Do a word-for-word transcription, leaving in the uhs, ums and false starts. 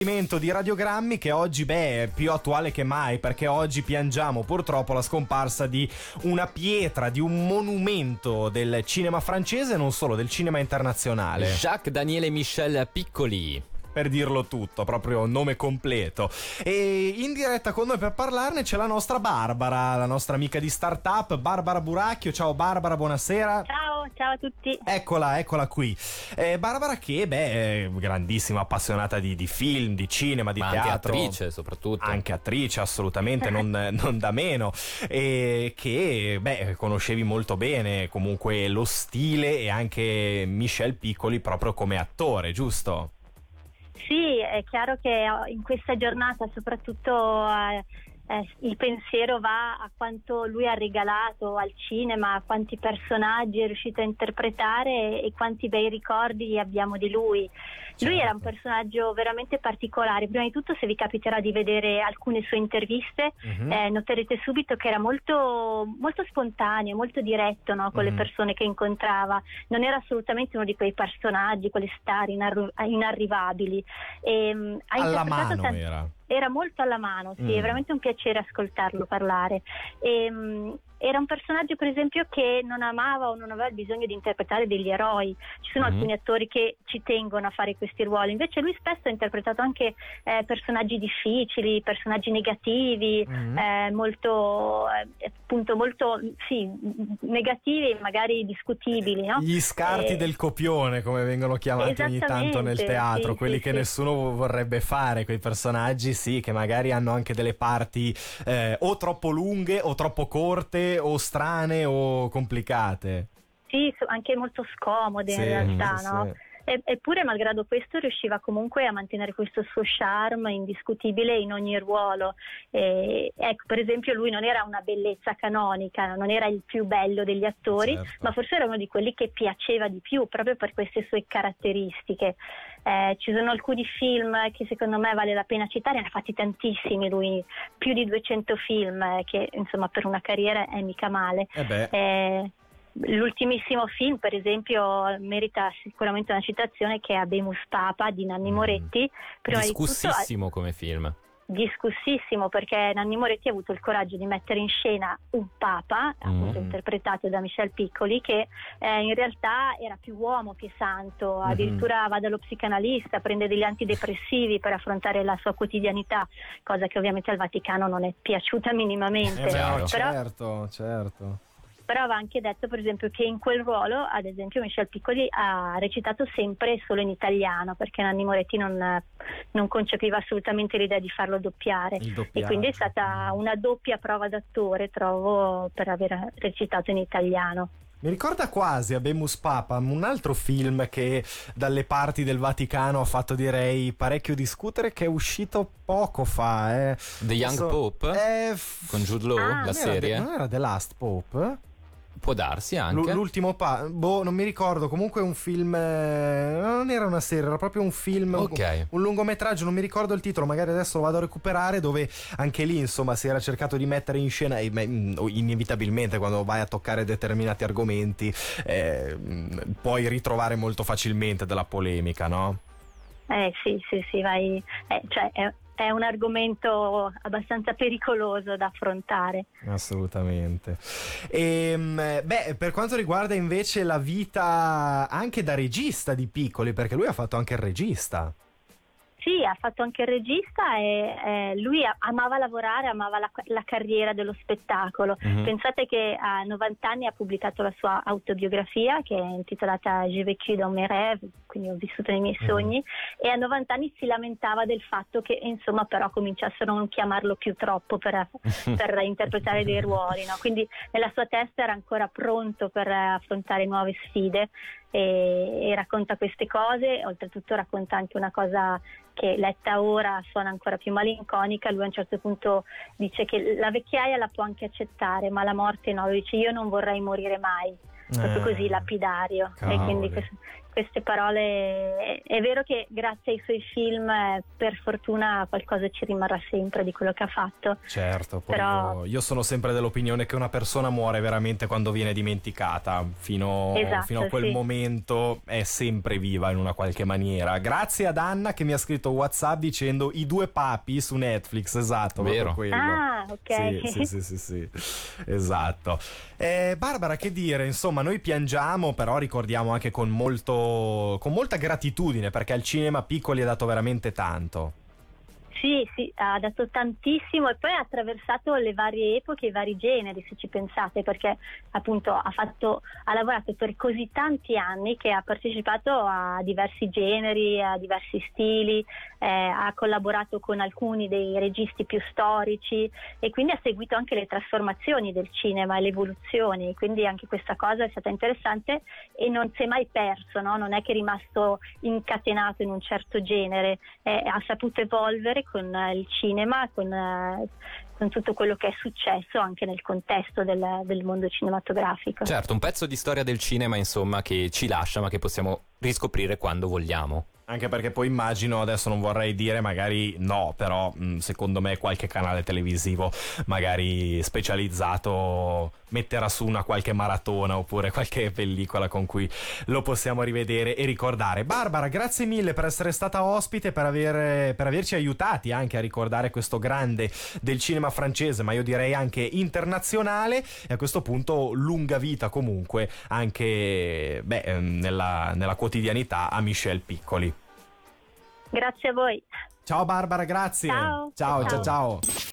Di radiogrammi che oggi beh è più attuale che mai, perché oggi piangiamo purtroppo la scomparsa di una pietra, di un monumento del cinema francese e non solo, del cinema internazionale. Jacques Daniele Michel Piccoli, per dirlo tutto, proprio nome completo. E in diretta con noi per parlarne c'è la nostra Barbara, la nostra amica di Startup, Barbara Buracchio. Ciao Barbara, buonasera. Ciao, ciao a tutti. Eccola, eccola qui. Eh, Barbara che, beh, è grandissima appassionata di, di film, di cinema, di ma teatro. anche attrice soprattutto. Anche attrice, assolutamente, non, non da meno. E che, beh, conoscevi molto bene comunque lo stile e anche Michel Piccoli proprio come attore, giusto? Sì, è chiaro che in questa giornata soprattutto eh, eh, il pensiero va a quanto lui ha regalato al cinema, a quanti personaggi è riuscito a interpretare e quanti bei ricordi abbiamo di lui. Certo. Lui era un personaggio veramente particolare. Prima di tutto, se vi capiterà di vedere alcune sue interviste, uh-huh. eh, noterete subito che era molto, molto spontaneo, molto diretto, no, con uh-huh. le persone che incontrava. Non era assolutamente uno di quei personaggi, quelle star inarru- inarrivabili. E, um, ha alla mano tant- era. Era molto alla mano, sì, mm. è veramente un piacere ascoltarlo parlare. E, um, era un personaggio, per esempio, che non amava o non aveva il bisogno di interpretare degli eroi. Ci sono mm. alcuni attori che ci tengono a fare questi ruoli, invece lui spesso ha interpretato anche eh, personaggi difficili, personaggi negativi, mm. eh, molto, eh, appunto, molto, sì, negativi e magari discutibili, no? Gli scarti e... del copione, come vengono chiamati ogni tanto nel teatro, sì, quelli sì, che sì. nessuno vorrebbe fare, quei personaggi, sì, che magari hanno anche delle parti eh, o troppo lunghe o troppo corte o strane o complicate. Sì, anche molto scomode, sì, in realtà, sì, no? Sì. Eppure, malgrado questo, riusciva comunque a mantenere questo suo charme indiscutibile in ogni ruolo. E, ecco, per esempio, lui non era una bellezza canonica, non era il più bello degli attori, certo. ma forse era uno di quelli che piaceva di più proprio per queste sue caratteristiche. Eh, ci sono alcuni film che secondo me vale la pena citare, ne ha fatti tantissimi lui, più di duecento film, eh, che insomma per una carriera è mica male. Eh beh. Eh, L'ultimissimo film, per esempio, merita sicuramente una citazione, che è Habemus Papa di Nanni Moretti. Prima discussissimo di tutto, come film. Discussissimo, perché Nanni Moretti ha avuto il coraggio di mettere in scena un papa, mm. appunto interpretato da Michel Piccoli, che eh, in realtà era più uomo che santo, mm-hmm. addirittura va dallo psicanalista, prende degli antidepressivi per affrontare la sua quotidianità, cosa che ovviamente al Vaticano non è piaciuta minimamente. Eh no, Però, certo, certo. Però va anche detto, per esempio, che in quel ruolo, ad esempio, Michel Piccoli ha recitato sempre solo in italiano, perché Nanni Moretti non, non concepiva assolutamente l'idea di farlo doppiare, e quindi è stata una doppia prova d'attore, trovo, per aver recitato in italiano. Mi ricorda quasi Habemus Papam, un altro film che dalle parti del Vaticano ha fatto, direi, parecchio discutere, che è uscito poco fa. Eh. The Young so, Pope? Eh, f- con Jude Law, ah, la serie? Era The, non era The Last Pope? Può darsi anche. L- l'ultimo pa- boh, non mi ricordo. Comunque un film, eh, non era una serie, era proprio un film, okay. un, un lungometraggio, non mi ricordo il titolo, magari adesso lo vado a recuperare, dove anche lì insomma si era cercato di mettere in scena, e beh, inevitabilmente quando vai a toccare determinati argomenti eh, puoi ritrovare molto facilmente della polemica, no? Eh sì, sì, sì, vai, eh, cioè è è un argomento abbastanza pericoloso da affrontare. Assolutamente. E, beh, per quanto riguarda invece la vita anche da regista di Piccoli, perché lui ha fatto anche il regista. Sì, ha fatto anche il regista e eh, lui amava lavorare, amava la, la carriera dello spettacolo. Mm-hmm. Pensate che a novanta anni ha pubblicato la sua autobiografia, che è intitolata J'ai vécu dans mes rêves, quindi ho vissuto nei miei sogni, mm-hmm. e a novanta anni si lamentava del fatto che insomma però cominciassero a non chiamarlo più troppo per, per interpretare dei ruoli, no? Quindi nella sua testa era ancora pronto per affrontare nuove sfide. E, e racconta queste cose, oltretutto racconta anche una cosa che letta ora suona ancora più malinconica. Lui a un certo punto dice che la vecchiaia la può anche accettare, ma la morte no. Lui dice: io non vorrei morire mai. proprio Eh, così lapidario. cavoli. E quindi quest- queste parole, è vero che grazie ai suoi film eh, per fortuna qualcosa ci rimarrà sempre di quello che ha fatto. Certo, poi Però- io, io sono sempre dell'opinione che una persona muore veramente quando viene dimenticata, fino, Esatto, fino a quel sì. momento è sempre viva in una qualche maniera. Grazie ad Anna che mi ha scritto WhatsApp dicendo I due papi su Netflix, esatto, Vero. proprio quello. Ah, ok. Sì, sì, sì, sì, sì, esatto. Eh, Barbara, che dire, insomma, noi piangiamo, però ricordiamo anche con molto, con molta gratitudine, perché al cinema Piccoli ha dato veramente tanto. Sì, sì, ha dato tantissimo e poi ha attraversato le varie epoche, i vari generi, se ci pensate, perché appunto ha fatto, ha lavorato per così tanti anni che ha partecipato a diversi generi, a diversi stili, eh, ha collaborato con alcuni dei registi più storici e quindi ha seguito anche le trasformazioni del cinema e le evoluzioni, quindi anche questa cosa è stata interessante e non si è mai perso, no? Non è che è rimasto incatenato in un certo genere, eh, ha saputo evolvere con eh, il cinema, con, eh, con tutto quello che è successo anche nel contesto del, del mondo cinematografico. Certo, un pezzo di storia del cinema, insomma, che ci lascia, ma che possiamo riscoprire quando vogliamo. Anche perché poi immagino, adesso non vorrei dire, magari no, però mh, secondo me qualche canale televisivo magari specializzato metterà su una qualche maratona oppure qualche pellicola con cui lo possiamo rivedere e ricordare. Barbara, grazie mille per essere stata ospite, per, aver, per averci aiutati anche a ricordare questo grande del cinema francese, ma io direi anche internazionale, e a questo punto lunga vita comunque anche beh, nella, nella quotidianità a Michel Piccoli. Grazie a voi. Ciao Barbara, grazie. Ciao. Ciao, ciao, Ciao. ciao.